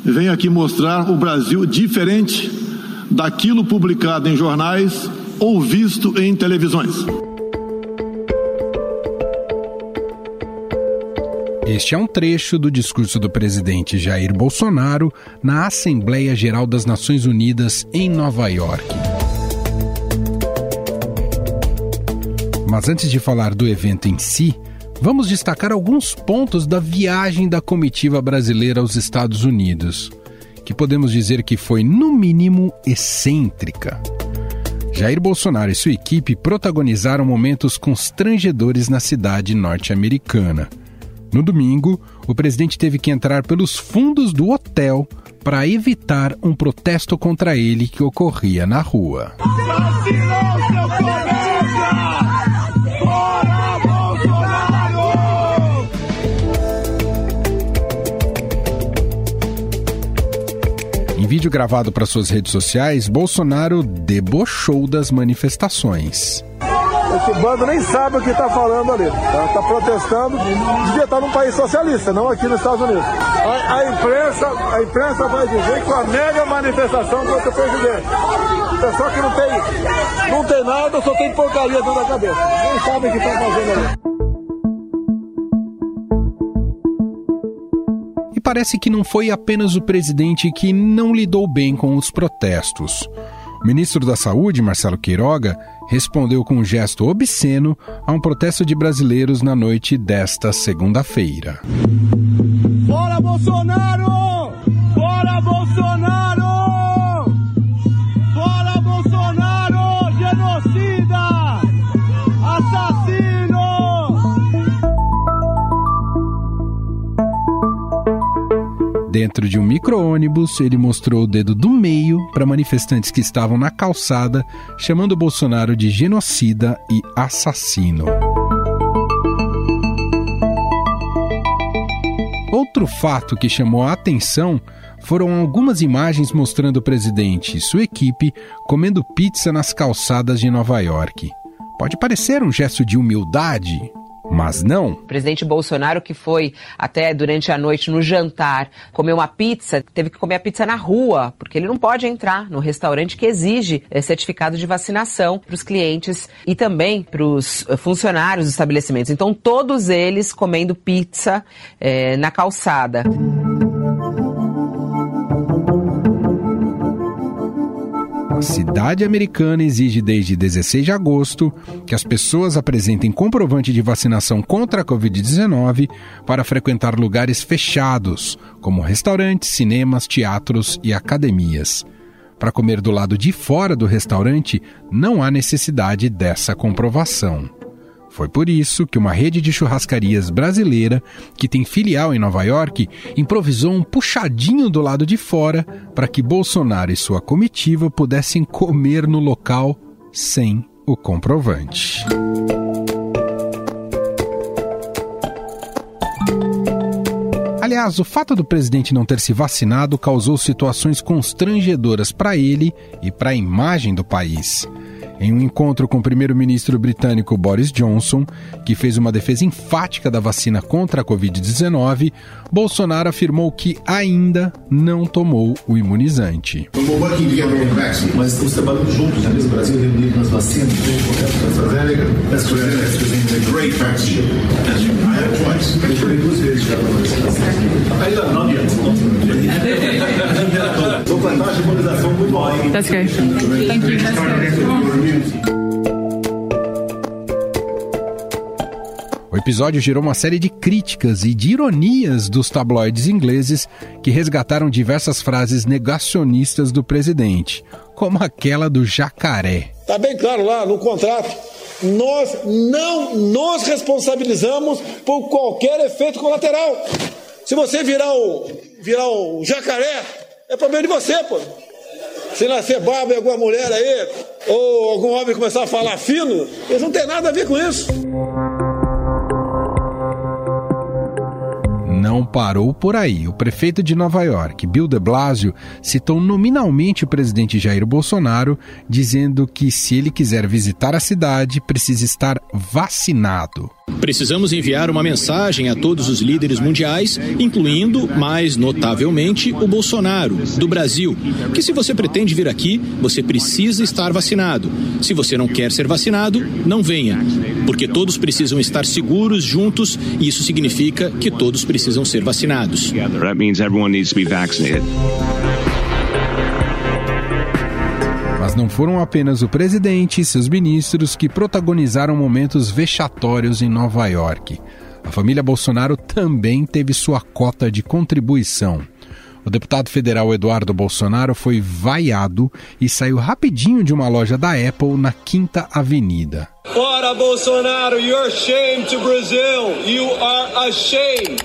Venho aqui mostrar o Brasil diferente daquilo publicado em jornais ou visto em televisões. Este é um trecho do discurso do presidente Jair Bolsonaro na Assembleia Geral das Nações Unidas em Nova York. Mas antes de falar do evento em si, vamos destacar alguns pontos da viagem da comitiva brasileira aos Estados Unidos, que podemos dizer que foi, no mínimo, excêntrica. Jair Bolsonaro e sua equipe protagonizaram momentos constrangedores na cidade norte-americana. No domingo, o presidente teve que entrar pelos fundos do hotel para evitar um protesto contra ele que ocorria na rua. Em vídeo gravado para suas redes sociais, Bolsonaro debochou das manifestações. Esse bando nem sabe o que está falando ali. Está protestando, devia estar num país socialista, não aqui nos Estados Unidos. A imprensa vai dizer que foi uma mega manifestação contra o presidente. O pessoal que não tem nada, só tem porcaria dentro da cabeça. Nem sabe o que está fazendo ali. E parece que não foi apenas o presidente que não lidou bem com os protestos. O ministro da Saúde, Marcelo Queiroga, respondeu com um gesto obsceno a um protesto de brasileiros na noite desta segunda-feira. Fora Bolsonaro! Fora Bolsonaro! Fora Bolsonaro! Genocida! Assassino! Dentro de um micro-ônibus, ele mostrou o dedo do meio para manifestantes que estavam na calçada, chamando Bolsonaro de genocida e assassino. Outro fato que chamou a atenção foram algumas imagens mostrando o presidente e sua equipe comendo pizza nas calçadas de Nova York. Pode parecer um gesto de humildade, mas não. O presidente Bolsonaro, que foi até durante a noite no jantar comer uma pizza, teve que comer a pizza na rua, porque ele não pode entrar no restaurante que exige certificado de vacinação para os clientes e também para os funcionários dos estabelecimentos. Então, todos eles comendo pizza na calçada. A cidade americana exige desde 16 de agosto que as pessoas apresentem comprovante de vacinação contra a Covid-19 para frequentar lugares fechados, como restaurantes, cinemas, teatros e academias. Para comer do lado de fora do restaurante, não há necessidade dessa comprovação. Foi por isso que uma rede de churrascarias brasileira, que tem filial em Nova York, improvisou um puxadinho do lado de fora para que Bolsonaro e sua comitiva pudessem comer no local sem o comprovante. Aliás, o fato do presidente não ter se vacinado causou situações constrangedoras para ele e para a imagem do país. Em um encontro com o primeiro-ministro britânico Boris Johnson, que fez uma defesa enfática da vacina contra a Covid-19, Bolsonaro afirmou que ainda não tomou o imunizante. Mas estamos trabalhando juntos, né? O Brasil reunido nas vacinas, ainda 9 anos. Vou plantar a imunização muito boa. That's great. Thank you. That's great. O episódio gerou uma série de críticas e de ironias dos tabloides ingleses que resgataram diversas frases negacionistas do presidente, como aquela do jacaré. Está bem claro lá no contrato, nós não nos responsabilizamos por qualquer efeito colateral. Se você virar o jacaré, é problema de você, pô. Se nascer barba em alguma mulher aí, ou algum homem começar a falar fino, eles não têm nada a ver com isso. não parou por aí. O prefeito de Nova York, Bill de Blasio, citou nominalmente o presidente Jair Bolsonaro, dizendo que se ele quiser visitar a cidade, precisa estar vacinado. Precisamos enviar uma mensagem a todos os líderes mundiais, incluindo, mais notavelmente, o Bolsonaro, do Brasil, que se você pretende vir aqui, você precisa estar vacinado. Se você não quer ser vacinado, não venha, porque todos precisam estar seguros juntos e isso significa que todos precisam ser vacinados. That means everyone needs to be vaccinated. Mas não foram apenas o presidente e seus ministros que protagonizaram momentos vexatórios em Nova York. A família Bolsonaro também teve sua cota de contribuição. O deputado federal Eduardo Bolsonaro foi vaiado e saiu rapidinho de uma loja da Apple na Quinta Avenida. Fora Bolsonaro, you're shame to Brazil. You are ashamed.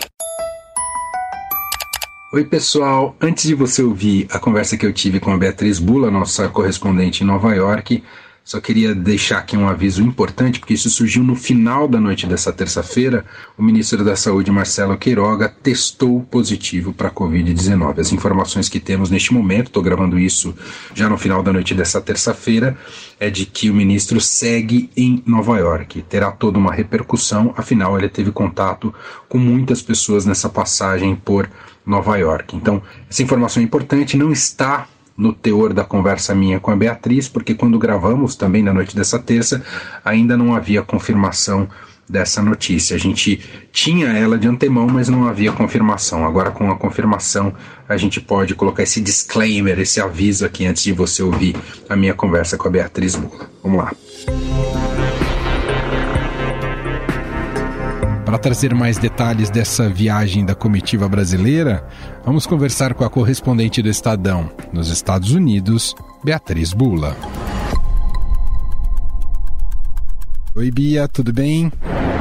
Oi pessoal, antes de você ouvir a conversa que eu tive com a Beatriz Bula, nossa correspondente em Nova York, só queria deixar aqui um aviso importante, porque isso surgiu no final da noite dessa terça-feira. O ministro da Saúde, Marcelo Queiroga, testou positivo para a Covid-19. As informações que temos neste momento, estou gravando isso já no final da noite dessa terça-feira, é de que o ministro segue em Nova York. Terá toda uma repercussão, afinal ele teve contato com muitas pessoas nessa passagem por Nova York. Então, essa informação é importante, não está no teor da conversa minha com a Beatriz, porque quando gravamos também na noite dessa terça, ainda não havia confirmação dessa notícia. A gente tinha ela de antemão, mas não havia confirmação. Agora, com a confirmação, a gente pode colocar esse disclaimer, esse aviso aqui antes de você ouvir a minha conversa com a Beatriz Bula. Vamos lá. Para trazer mais detalhes dessa viagem da comitiva brasileira, vamos conversar com a correspondente do Estadão nos Estados Unidos, Beatriz Bula. Oi, Bia, tudo bem?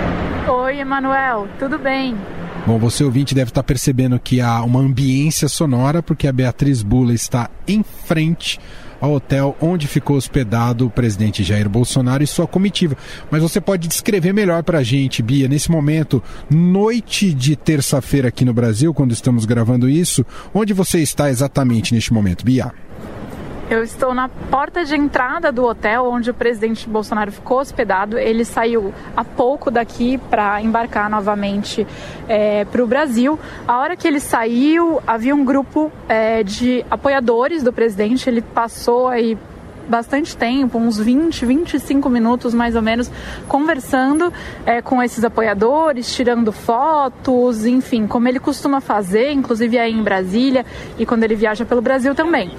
Oi, Emanuel, tudo bem? Bom, você ouvinte deve estar percebendo que há uma ambiência sonora, porque a Beatriz Bula está em frente ao hotel onde ficou hospedado o presidente Jair Bolsonaro e sua comitiva. Mas você pode descrever melhor para a gente, Bia, nesse momento, noite de terça-feira aqui no Brasil, quando estamos gravando isso, onde você está exatamente neste momento, Bia? Eu estou na porta de entrada do hotel onde o presidente Bolsonaro ficou hospedado. Ele saiu há pouco daqui para embarcar novamente para o Brasil. A hora que ele saiu, havia um grupo de apoiadores do presidente. Ele passou aí bastante tempo, uns 20, 25 minutos mais ou menos, conversando com esses apoiadores, tirando fotos, enfim, como ele costuma fazer, inclusive aí em Brasília e quando ele viaja pelo Brasil também.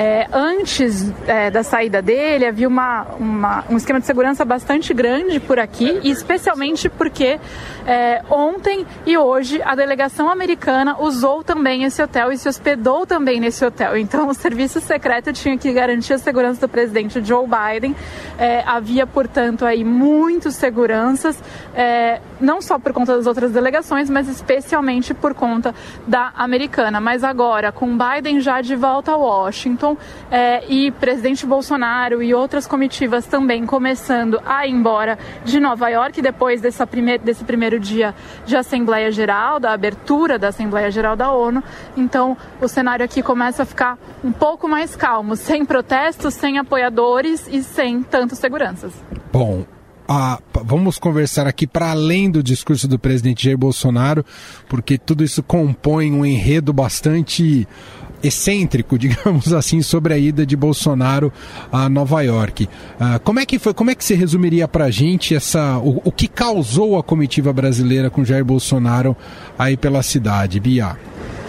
Antes da saída dele, havia um esquema de segurança bastante grande por aqui, e especialmente porque ontem e hoje a delegação americana usou também esse hotel e se hospedou também nesse hotel. Então o serviço secreto tinha que garantir a segurança do presidente Joe Biden. Havia, portanto, aí muitos seguranças, não só por conta das outras delegações, mas especialmente por conta da americana. Mas agora, com Biden já de volta a Washington e presidente Bolsonaro e outras comitivas também começando a ir embora de Nova York depois desse primeiro dia de Assembleia Geral, da abertura da Assembleia Geral da ONU, então o cenário aqui começa a ficar um pouco mais calmo, sem protestos, sem apoiadores e sem tantos seguranças. Bom, vamos conversar aqui para além do discurso do presidente Jair Bolsonaro, porque tudo isso compõe um enredo bastante excêntrico, digamos assim, sobre a ida de Bolsonaro a Nova York. Como é que foi? Como é que você resumiria para a gente o que causou a comitiva brasileira com Jair Bolsonaro aí pela cidade, Bia?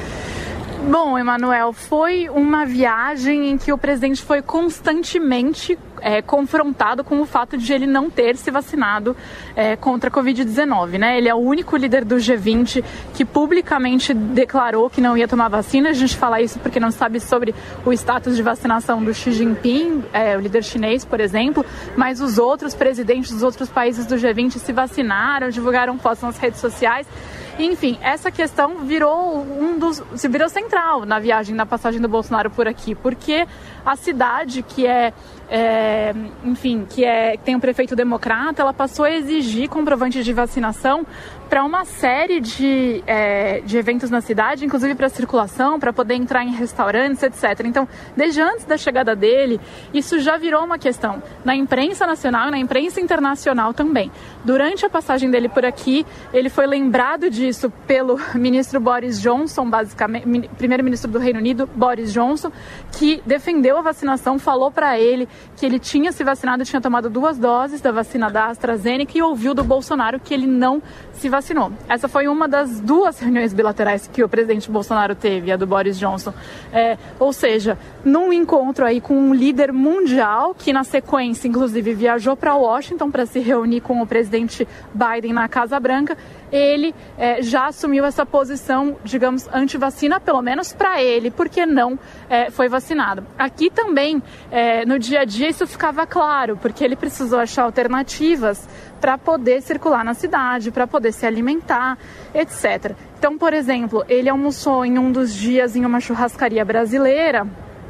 Bom, Emanuel, foi uma viagem em que o presidente foi constantemente confrontado com o fato de ele não ter se vacinado contra a Covid-19, né? Ele é o único líder do G20 que publicamente declarou que não ia tomar vacina. A gente fala isso porque não sabe sobre o status de vacinação do Xi Jinping, o líder chinês, por exemplo, mas os outros presidentes dos outros países do G20 se vacinaram, divulgaram fotos nas redes sociais. Enfim, essa questão virou central na viagem, na passagem do Bolsonaro por aqui, porque a cidade que tem um prefeito democrata, ela passou a exigir comprovantes de vacinação para uma série de eventos na cidade, inclusive para circulação, para poder entrar em restaurantes, etc. Então, desde antes da chegada dele, isso já virou uma questão na imprensa nacional e na imprensa internacional também. Durante a passagem dele por aqui, ele foi lembrado disso pelo ministro Boris Johnson, basicamente, primeiro-ministro do Reino Unido, Boris Johnson, que defendeu a vacinação, falou para ele que ele tinha se vacinado, tinha tomado 2 doses da vacina da AstraZeneca e ouviu do Bolsonaro que ele não se vacinou. Essa foi uma das 2 reuniões bilaterais que o presidente Bolsonaro teve, a do Boris Johnson. Ou seja, num encontro aí com um líder mundial, que na sequência, inclusive, viajou para Washington para se reunir com o presidente Biden na Casa Branca, ele já assumiu essa posição, digamos, anti-vacina, pelo menos para ele, porque não foi vacinado. Aqui também, no dia a dia, isso ficava claro, porque ele precisou achar alternativas para poder circular na cidade, para poder se alimentar, etc. Então, por exemplo, ele almoçou em um dos dias em uma churrascaria brasileira.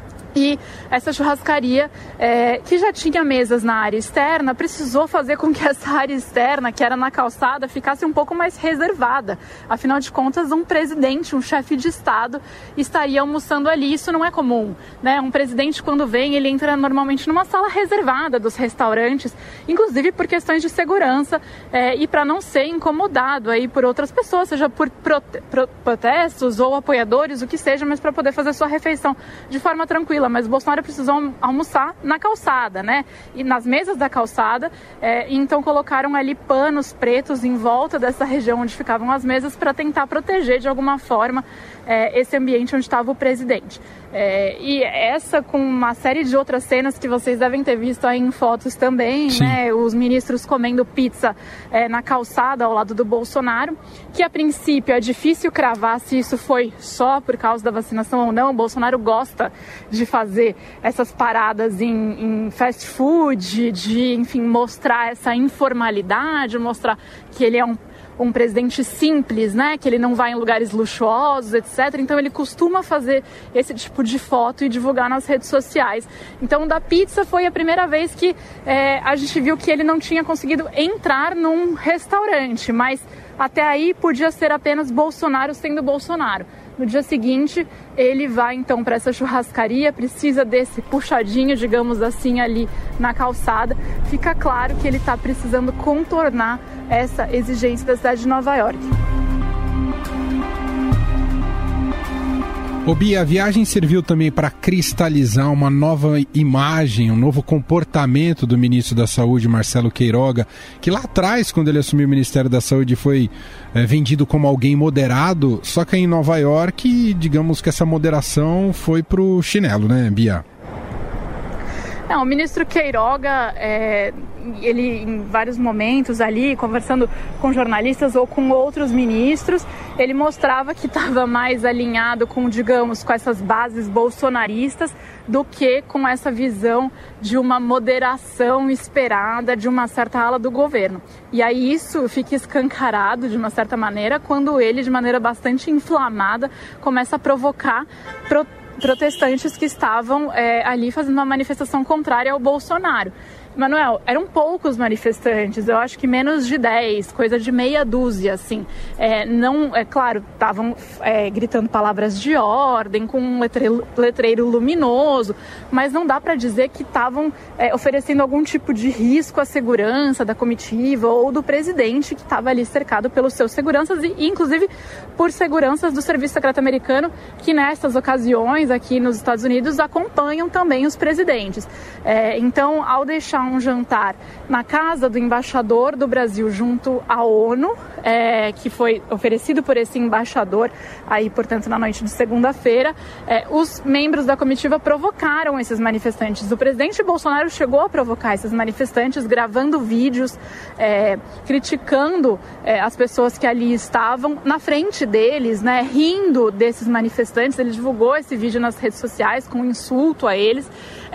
E essa churrascaria, que já tinha mesas na área externa, precisou fazer com que essa área externa, que era na calçada, ficasse um pouco mais reservada. Afinal de contas, um presidente, um chefe de Estado, estaria almoçando ali. Isso não é comum, né? Um presidente, quando vem, ele entra normalmente numa sala reservada dos restaurantes, inclusive por questões de segurança e para não ser incomodado aí por outras pessoas, seja por protestos ou apoiadores, o que seja, mas para poder fazer sua refeição de forma tranquila. Mas o Bolsonaro precisou almoçar na calçada, né? E nas mesas da calçada, então colocaram ali panos pretos em volta dessa região onde ficavam as mesas para tentar proteger de alguma forma esse ambiente onde estava o presidente. E essa com uma série de outras cenas que vocês devem ter visto aí em fotos também, né? Os ministros comendo pizza na calçada ao lado do Bolsonaro, que a princípio é difícil cravar se isso foi só por causa da vacinação ou não. O Bolsonaro gosta de fazer essas paradas em fast food, de, enfim, mostrar essa informalidade, mostrar que ele é um presidente simples, né? Que ele não vai em lugares luxuosos, etc. Então ele costuma fazer esse tipo de foto e divulgar nas redes sociais. Então da pizza foi a primeira vez que a gente viu que ele não tinha conseguido entrar num restaurante, mas até aí podia ser apenas Bolsonaro sendo Bolsonaro. No dia seguinte, ele vai então para essa churrascaria, precisa desse puxadinho, digamos assim, ali na calçada. Fica claro que ele está precisando contornar essa exigência da cidade de Nova York. Ô Bia, a viagem serviu também para cristalizar uma nova imagem, um novo comportamento do ministro da Saúde, Marcelo Queiroga, que lá atrás, quando ele assumiu o Ministério da Saúde, foi vendido como alguém moderado, só que em Nova York, digamos que essa moderação foi pro chinelo, né, Bia? Não, o ministro Queiroga, ele em vários momentos ali, conversando com jornalistas ou com outros ministros, ele mostrava que estava mais alinhado com, digamos, com essas bases bolsonaristas do que com essa visão de uma moderação esperada de uma certa ala do governo. E aí isso fica escancarado, de uma certa maneira, quando ele, de maneira bastante inflamada, começa a provocar protestantes que estavam ali fazendo uma manifestação contrária ao Bolsonaro. Manuel, eram poucos manifestantes, eu acho que menos de 10, coisa de meia dúzia, assim. Claro, estavam gritando palavras de ordem, com um letreiro luminoso, mas não dá para dizer que estavam oferecendo algum tipo de risco à segurança da comitiva ou do presidente, que estava ali cercado pelos seus seguranças e, inclusive, por seguranças do Serviço Secreto Americano, que nessas ocasiões, aqui nos Estados Unidos, acompanham também os presidentes. Então, ao deixar um jantar na casa do embaixador do Brasil junto à ONU, que foi oferecido por esse embaixador aí, portanto, na noite de segunda-feira, os membros da comitiva provocaram esses manifestantes. O presidente Bolsonaro chegou a provocar esses manifestantes, gravando vídeos, criticando as pessoas que ali estavam na frente deles, né, rindo desses manifestantes. Ele divulgou esse vídeo nas redes sociais com um insulto a eles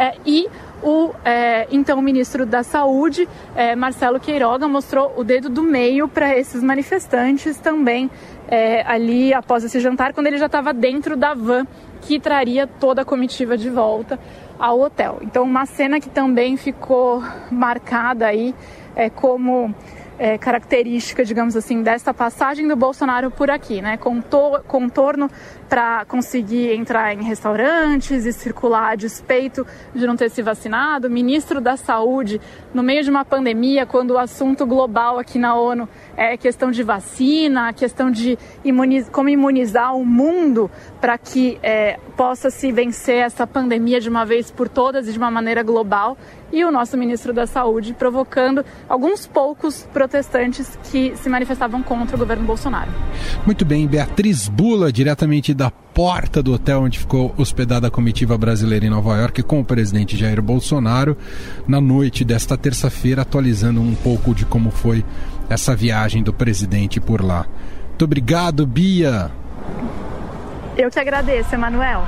então o ministro da Saúde, Marcelo Queiroga, mostrou o dedo do meio para esses manifestantes também ali após esse jantar, quando ele já estava dentro da van que traria toda a comitiva de volta ao hotel. Então uma cena que também ficou marcada aí como característica, digamos assim, dessa passagem do Bolsonaro por aqui, né? Contorno para conseguir entrar em restaurantes e circular a despeito de não ter se vacinado. O ministro da Saúde, no meio de uma pandemia, quando o assunto global aqui na ONU é questão de vacina, questão de como imunizar o mundo para que possa se vencer essa pandemia de uma vez por todas e de uma maneira global. E o nosso ministro da Saúde provocando alguns poucos protestantes que se manifestavam contra o governo Bolsonaro. Muito bem, Beatriz Bula, diretamente da porta do hotel onde ficou hospedada a comitiva brasileira em Nova York com o presidente Jair Bolsonaro, na noite desta terça-feira, atualizando um pouco de como foi essa viagem do presidente por lá. Muito obrigado, Bia. Eu que agradeço, Emanuel.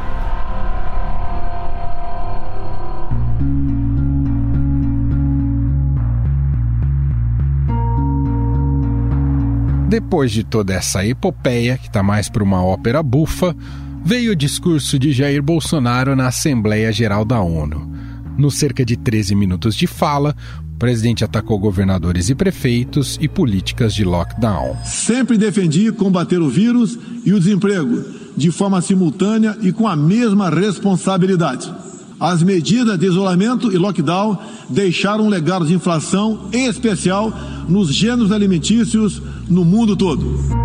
Depois de toda essa epopeia, que está mais para uma ópera bufa, veio o discurso de Jair Bolsonaro na Assembleia Geral da ONU. Nos cerca de 13 minutos de fala, o presidente atacou governadores e prefeitos e políticas de lockdown. Sempre defendi combater o vírus e o desemprego, de forma simultânea e com a mesma responsabilidade. As medidas de isolamento e lockdown deixaram um legado de inflação, em especial nos gêneros alimentícios no mundo todo.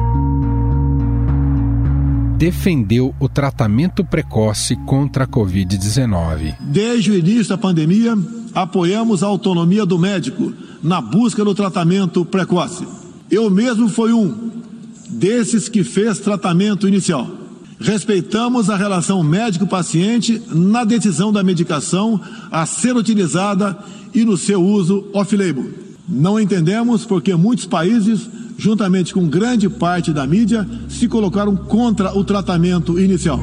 Defendeu o tratamento precoce contra a Covid-19. Desde o início da pandemia, apoiamos a autonomia do médico na busca do tratamento precoce. Eu mesmo fui um desses que fez tratamento inicial. Respeitamos a relação médico-paciente na decisão da medicação a ser utilizada e no seu uso off-label. Não entendemos porque muitos países, juntamente com grande parte da mídia, se colocaram contra o tratamento inicial.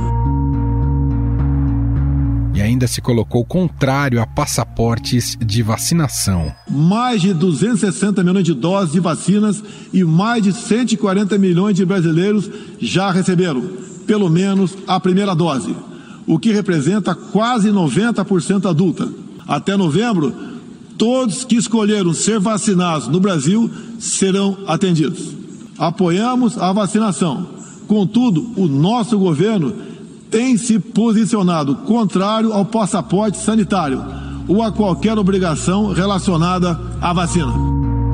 E ainda se colocou contrário a passaportes de vacinação. Mais de 260 milhões de doses de vacinas e mais de 140 milhões de brasileiros já receberam pelo menos a primeira dose, o que representa quase 90% adulta. Até novembro, todos que escolheram ser vacinados no Brasil serão atendidos. Apoiamos a vacinação. Contudo, o nosso governo tem se posicionado contrário ao passaporte sanitário ou a qualquer obrigação relacionada à vacina.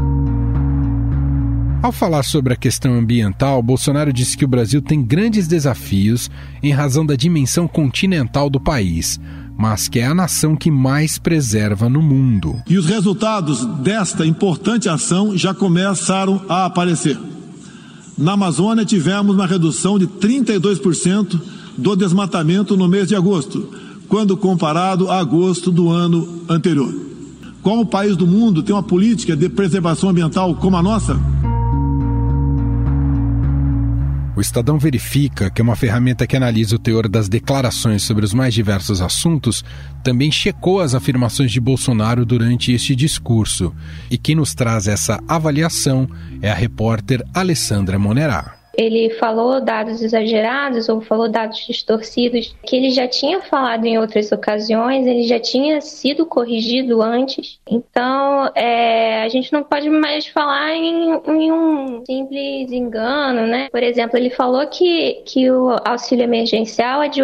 Ao falar sobre a questão ambiental, Bolsonaro disse que o Brasil tem grandes desafios em razão da dimensão continental do país, mas que é a nação que mais preserva no mundo. E os resultados desta importante ação já começaram a aparecer. Na Amazônia tivemos uma redução de 32% do desmatamento no mês de agosto, quando comparado a agosto do ano anterior. Qual país do mundo tem uma política de preservação ambiental como a nossa? O Estadão Verifica, que é uma ferramenta que analisa o teor das declarações sobre os mais diversos assuntos, também checou as afirmações de Bolsonaro durante este discurso. E quem nos traz essa avaliação é a repórter Alessandra Monerá. Ele falou dados exagerados ou falou dados distorcidos que ele já tinha falado em outras ocasiões, ele já tinha sido corrigido antes. Então, a gente não pode mais falar em um simples engano, né? Por exemplo, ele falou que o auxílio emergencial foi de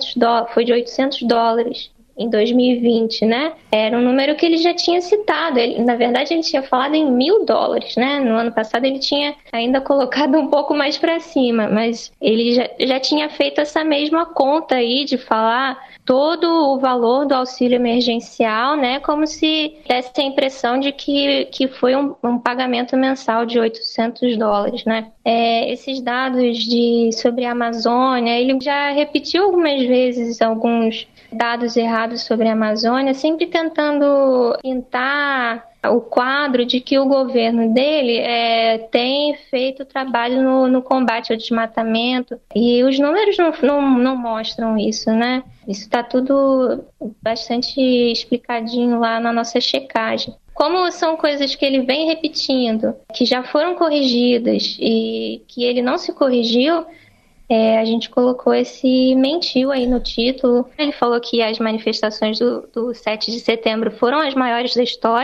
$800 em 2020, né? Era um número que ele já tinha citado. Na verdade, ele tinha falado em $1.000, né? No ano passado, ele tinha ainda colocado um pouco mais para cima, mas ele já tinha feito essa mesma conta aí de falar todo o valor do auxílio emergencial, né? Como se desse a impressão de que foi um pagamento mensal de $800, né? Esses dados sobre a Amazônia, ele já repetiu algumas vezes alguns dados errados sobre a Amazônia, sempre tentando pintar o quadro de que o governo dele tem feito trabalho no combate ao desmatamento, e os números não mostram isso, né? Isso está tudo bastante explicadinho lá na nossa checagem. Como são coisas que ele vem repetindo, que já foram corrigidas e que ele não se corrigiu, a gente colocou esse mentiu aí no título. Ele falou que as manifestações do 7 de setembro foram as maiores da história.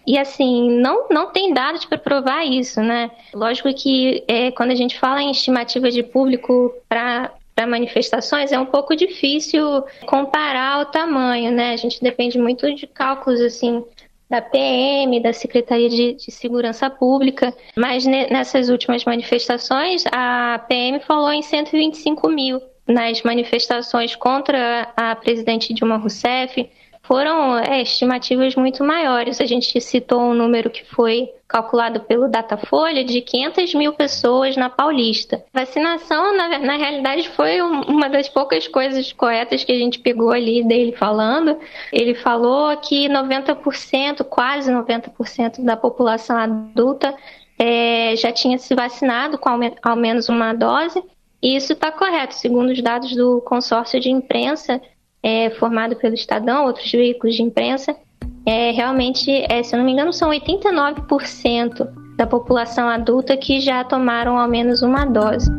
E assim, não tem dados para provar isso, né? Lógico que quando a gente fala em estimativa de público para manifestações, é um pouco difícil comparar o tamanho, né? A gente depende muito de cálculos, assim, da PM, da Secretaria de Segurança Pública, mas nessas últimas manifestações, a PM falou em 125 mil. Nas manifestações contra a presidente Dilma Rousseff, foram estimativas muito maiores. A gente citou um número que foi calculado pelo Datafolha de 500 mil pessoas na Paulista. Vacinação, na realidade, foi uma das poucas coisas corretas que a gente pegou ali dele falando. Ele falou que 90%, quase 90% da população adulta já tinha se vacinado com ao menos uma dose. E isso está correto, segundo os dados do consórcio de imprensa, formado pelo Estadão, outros veículos de imprensa, realmente, se eu não me engano, são 89% da população adulta que já tomaram ao menos uma dose.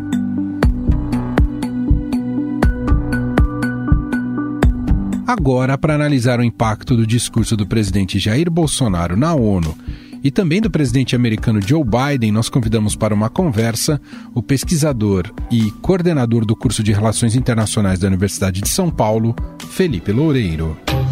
Agora, para analisar o impacto do discurso do presidente Jair Bolsonaro na ONU e também do presidente americano Joe Biden, nós convidamos para uma conversa o pesquisador e coordenador do curso de Relações Internacionais da Universidade de São Paulo, Felipe Loureiro.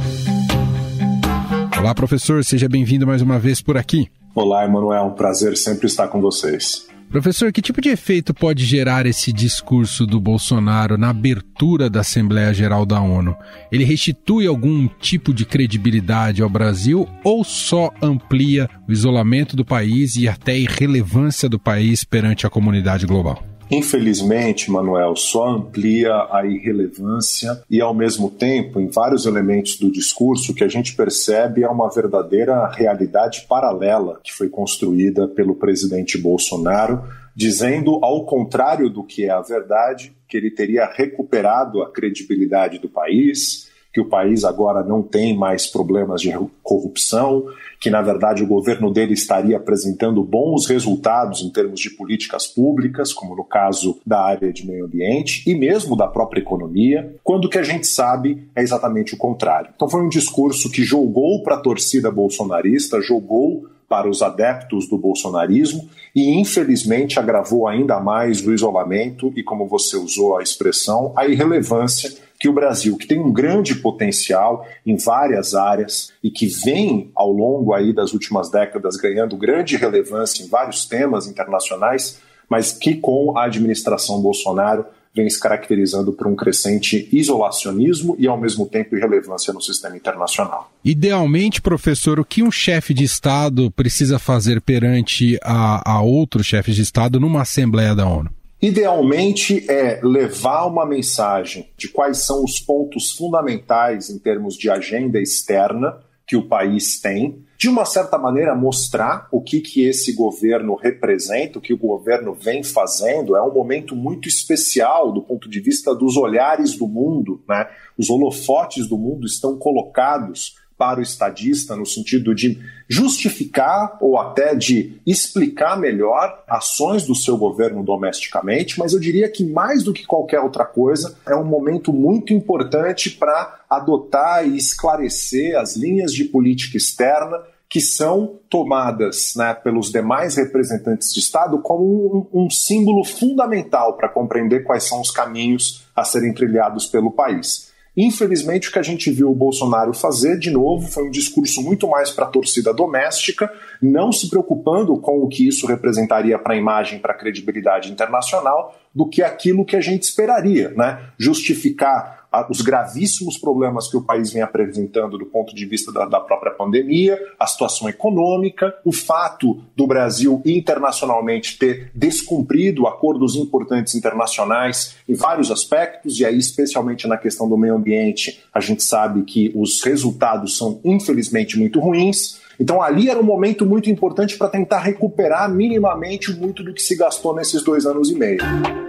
Olá, professor, seja bem-vindo mais uma vez por aqui. Olá, Emanuel, um prazer sempre estar com vocês. Professor, que tipo de efeito pode gerar esse discurso do Bolsonaro na abertura da Assembleia Geral da ONU? Ele restitui algum tipo de credibilidade ao Brasil ou só amplia o isolamento do país e até a irrelevância do país perante a comunidade global? Infelizmente, Manuel, só amplia a irrelevância e, ao mesmo tempo, em vários elementos do discurso, o que a gente percebe é uma verdadeira realidade paralela que foi construída pelo presidente Bolsonaro, dizendo, ao contrário do que é a verdade, que ele teria recuperado a credibilidade do país, que o país agora não tem mais problemas de corrupção, que, na verdade, o governo dele estaria apresentando bons resultados em termos de políticas públicas, como no caso da área de meio ambiente e mesmo da própria economia, quando o que a gente sabe é exatamente o contrário. Então foi um discurso que jogou para a torcida bolsonarista, jogou para os adeptos do bolsonarismo e, infelizmente, agravou ainda mais o isolamento e, como você usou a expressão, a irrelevância que o Brasil, que tem um grande potencial em várias áreas e que vem, ao longo aí das últimas décadas, ganhando grande relevância em vários temas internacionais, mas que com a administração Bolsonaro vem se caracterizando por um crescente isolacionismo e, ao mesmo tempo, irrelevância no sistema internacional. Idealmente, professor, o que um chefe de Estado precisa fazer perante a outros chefes de Estado numa Assembleia da ONU? Idealmente é levar uma mensagem de quais são os pontos fundamentais em termos de agenda externa que o país tem, de uma certa maneira mostrar o que esse governo representa, o que o governo vem fazendo. É um momento muito especial do ponto de vista dos olhares do mundo, né? Os holofotes do mundo estão colocados para o estadista no sentido de justificar ou até de explicar melhor ações do seu governo domesticamente, mas eu diria que mais do que qualquer outra coisa é um momento muito importante para adotar e esclarecer as linhas de política externa que são tomadas, né, pelos demais representantes de Estado como um símbolo fundamental para compreender quais são os caminhos a serem trilhados pelo país. Infelizmente, o que a gente viu o Bolsonaro fazer, de novo, foi um discurso muito mais para a torcida doméstica, não se preocupando com o que isso representaria para a imagem, para a credibilidade internacional, do que aquilo que a gente esperaria, né? Justificar os gravíssimos problemas que o país vem apresentando do ponto de vista da própria pandemia, a situação econômica, o fato do Brasil internacionalmente ter descumprido acordos importantes internacionais em vários aspectos, e aí especialmente na questão do meio ambiente, a gente sabe que os resultados são infelizmente muito ruins. Então ali era um momento muito importante para tentar recuperar minimamente muito do que se gastou nesses 2 anos e meio.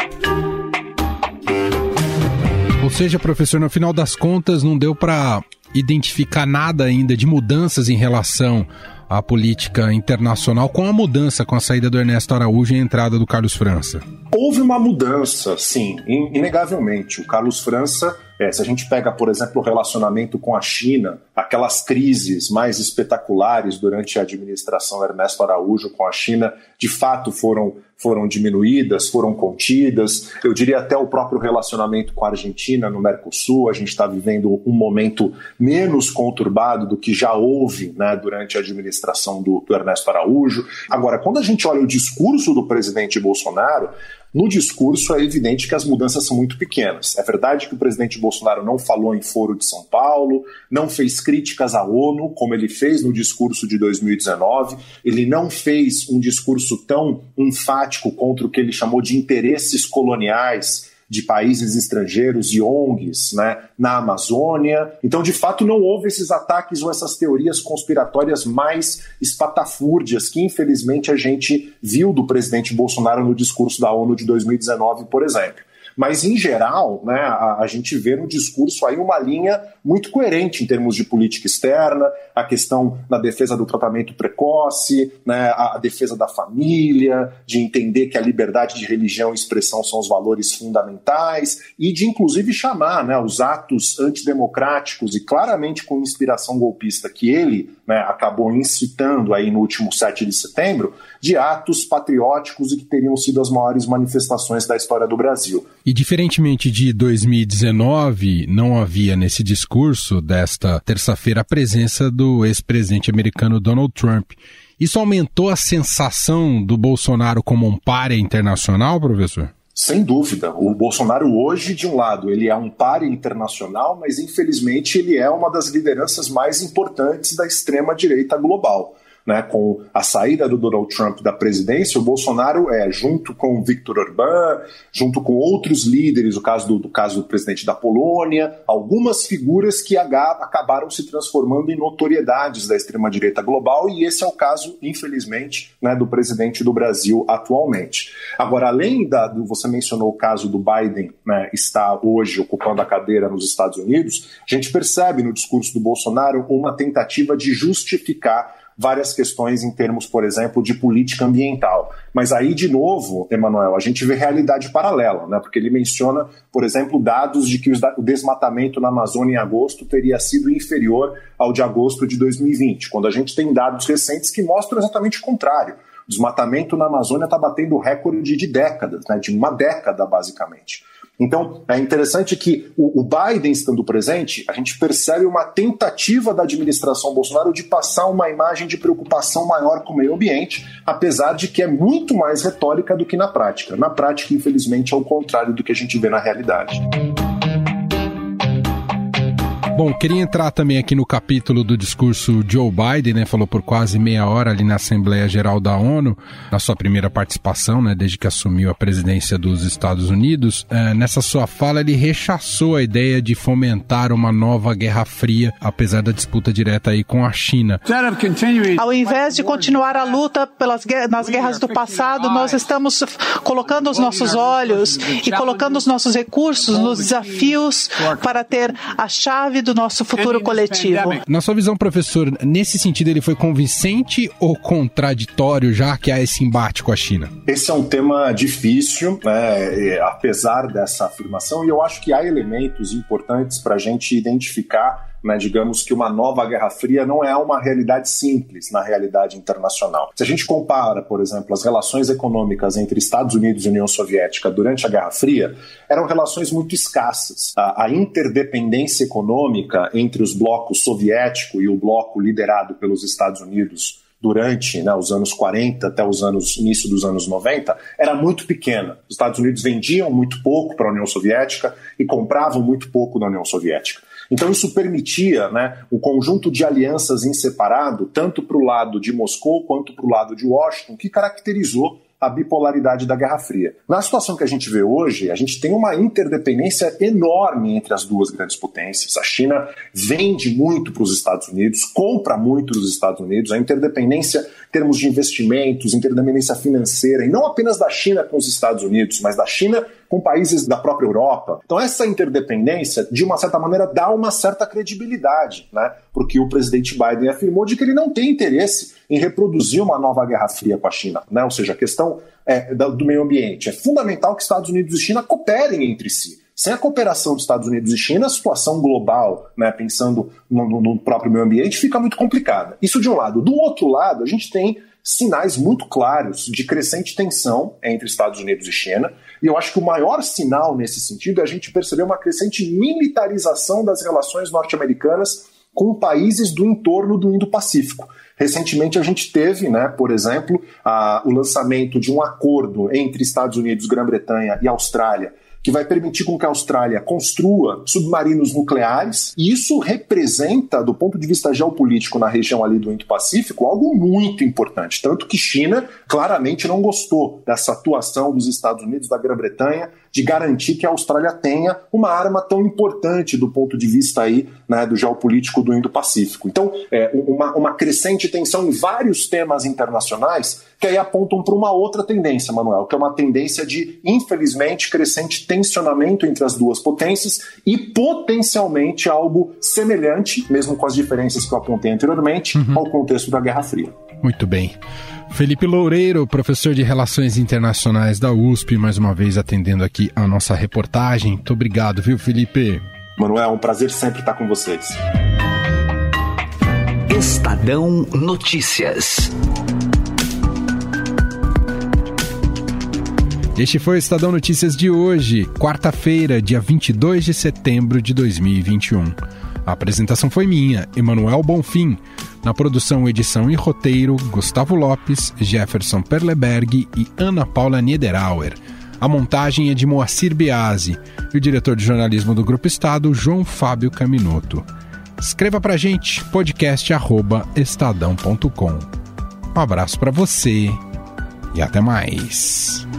Ou seja, professor, no final das contas não deu para identificar nada ainda de mudanças em relação à política internacional com a mudança, com a saída do Ernesto Araújo e a entrada do Carlos França. Houve uma mudança, sim, inegavelmente. O Carlos França Se a gente pega, por exemplo, o relacionamento com a China, aquelas crises mais espetaculares durante a administração Ernesto Araújo com a China, de fato foram diminuídas, foram contidas. Eu diria até o próprio relacionamento com a Argentina no Mercosul. A gente está vivendo um momento menos conturbado do que já houve, né, durante a administração do Ernesto Araújo. Agora, quando a gente olha o discurso do presidente Bolsonaro, no discurso é evidente que as mudanças são muito pequenas. É verdade que o presidente Bolsonaro não falou em Foro de São Paulo, não fez críticas à ONU, como ele fez no discurso de 2019, ele não fez um discurso tão enfático contra o que ele chamou de interesses coloniais de países estrangeiros e ONGs, né, na Amazônia. Então, de fato, não houve esses ataques ou essas teorias conspiratórias mais espatafúrdias que, infelizmente, a gente viu do presidente Bolsonaro no discurso da ONU de 2019, por exemplo. Mas, em geral, né, a gente vê no discurso aí uma linha muito coerente em termos de política externa, a questão da defesa do tratamento precoce, né, a defesa da família, de entender que a liberdade de religião e expressão são os valores fundamentais e de, inclusive, chamar, né, os atos antidemocráticos e claramente com inspiração golpista que ele, né, acabou incitando aí no último 7 de setembro, de atos patrióticos e que teriam sido as maiores manifestações da história do Brasil. E diferentemente de 2019, não havia nesse discurso desta terça-feira a presença do ex-presidente americano Donald Trump. Isso aumentou a sensação do Bolsonaro como um pária internacional, professor? Sem dúvida. O Bolsonaro hoje, de um lado, ele é um pária internacional, mas infelizmente ele é uma das lideranças mais importantes da extrema-direita global. Né, com a saída do Donald Trump da presidência, o Bolsonaro junto com Viktor Orbán, junto com outros líderes, o caso do presidente da Polônia, algumas figuras que acabaram se transformando em notoriedades da extrema-direita global, e esse é o caso, infelizmente, né, do presidente do Brasil atualmente. Agora, além você mencionou o caso do Biden, né, está hoje ocupando a cadeira nos Estados Unidos, a gente percebe no discurso do Bolsonaro uma tentativa de justificar várias questões em termos, por exemplo, de política ambiental. Mas aí, de novo, Emanuel, a gente vê realidade paralela, né? Porque ele menciona, por exemplo, dados de que o desmatamento na Amazônia em agosto teria sido inferior ao de agosto de 2020, quando a gente tem dados recentes que mostram exatamente o contrário. O desmatamento na Amazônia está batendo recorde de décadas, né? De uma década, basicamente. Então, é interessante que o Biden estando presente, a gente percebe uma tentativa da administração Bolsonaro de passar uma imagem de preocupação maior com o meio ambiente, apesar de que é muito mais retórica do que na prática. Na prática, infelizmente, é o contrário do que a gente vê na realidade. Bom, queria entrar também aqui no capítulo do discurso Joe Biden, né? Falou por quase meia hora ali na Assembleia Geral da ONU, na sua primeira participação, né? Desde que assumiu a presidência dos Estados Unidos. Nessa sua fala, ele rechaçou a ideia de fomentar uma nova Guerra Fria, apesar da disputa direta aí com a China. Ao invés de continuar a luta nas guerras do passado, nós estamos colocando os nossos olhos e colocando os nossos recursos nos desafios para ter a chave do nosso futuro coletivo. Na sua visão, professor, nesse sentido ele foi convincente ou contraditório, já que há esse embate com a China? Esse é um tema difícil, né, apesar dessa afirmação, e eu acho que há elementos importantes para a gente identificar, né, digamos que uma nova Guerra Fria não é uma realidade simples na realidade internacional. Se a gente compara, por exemplo, as relações econômicas entre Estados Unidos e União Soviética durante a Guerra Fria, eram relações muito escassas. A interdependência econômica entre os blocos soviético e o bloco liderado pelos Estados Unidos durante, né, os anos 40 até início dos anos 90, era muito pequena. Os Estados Unidos vendiam muito pouco para a União Soviética e compravam muito pouco da União Soviética. Então isso permitia, né, um conjunto de alianças em separado, tanto para o lado de Moscou quanto para o lado de Washington, que caracterizou a bipolaridade da Guerra Fria. Na situação que a gente vê hoje, a gente tem uma interdependência enorme entre as duas grandes potências. A China vende muito para os Estados Unidos, compra muito dos Estados Unidos. A interdependência em termos de investimentos, interdependência financeira, e não apenas da China com os Estados Unidos, mas da China com países da própria Europa. Então essa interdependência, de uma certa maneira, dá uma certa credibilidade, né? Porque o presidente Biden afirmou de que ele não tem interesse em reproduzir uma nova Guerra Fria com a China, né? Ou seja, a questão do meio ambiente. É fundamental que Estados Unidos e China cooperem entre si. Sem a cooperação dos Estados Unidos e China, a situação global, né, pensando no próprio meio ambiente, fica muito complicada. Isso de um lado. Do outro lado, a gente tem sinais muito claros de crescente tensão entre Estados Unidos e China, e eu acho que o maior sinal nesse sentido é a gente perceber uma crescente militarização das relações norte-americanas com países do entorno do Indo-Pacífico. Recentemente a gente teve, né, por exemplo, o lançamento de um acordo entre Estados Unidos, Grã-Bretanha e Austrália, que vai permitir com que a Austrália construa submarinos nucleares, e isso representa, do ponto de vista geopolítico na região ali do Indo-Pacífico, algo muito importante, tanto que China claramente não gostou dessa atuação dos Estados Unidos, da Grã-Bretanha, de garantir que a Austrália tenha uma arma tão importante do ponto de vista aí, né, do geopolítico do Indo-Pacífico. Então, uma crescente tensão em vários temas internacionais que aí apontam para uma outra tendência, Manuel, que é uma tendência de, infelizmente, crescente tensionamento entre as duas potências e potencialmente algo semelhante, mesmo com as diferenças que eu apontei anteriormente, ao contexto da Guerra Fria. Muito bem. Felipe Loureiro, professor de Relações Internacionais da USP, mais uma vez atendendo aqui a nossa reportagem. Muito obrigado, viu, Felipe? Manuel, um prazer sempre estar com vocês. Estadão Notícias. Este foi o Estadão Notícias de hoje, quarta-feira, dia 22 de setembro de 2021. A apresentação foi minha, Emanuel Bonfim. Na produção, edição e roteiro, Gustavo Lopes, Jefferson Perleberg e Ana Paula Niederauer. A montagem é de Moacir Biasi e o diretor de jornalismo do Grupo Estado, João Fábio Caminoto. Escreva pra gente, podcast@estadão.com. Um abraço pra você e até mais.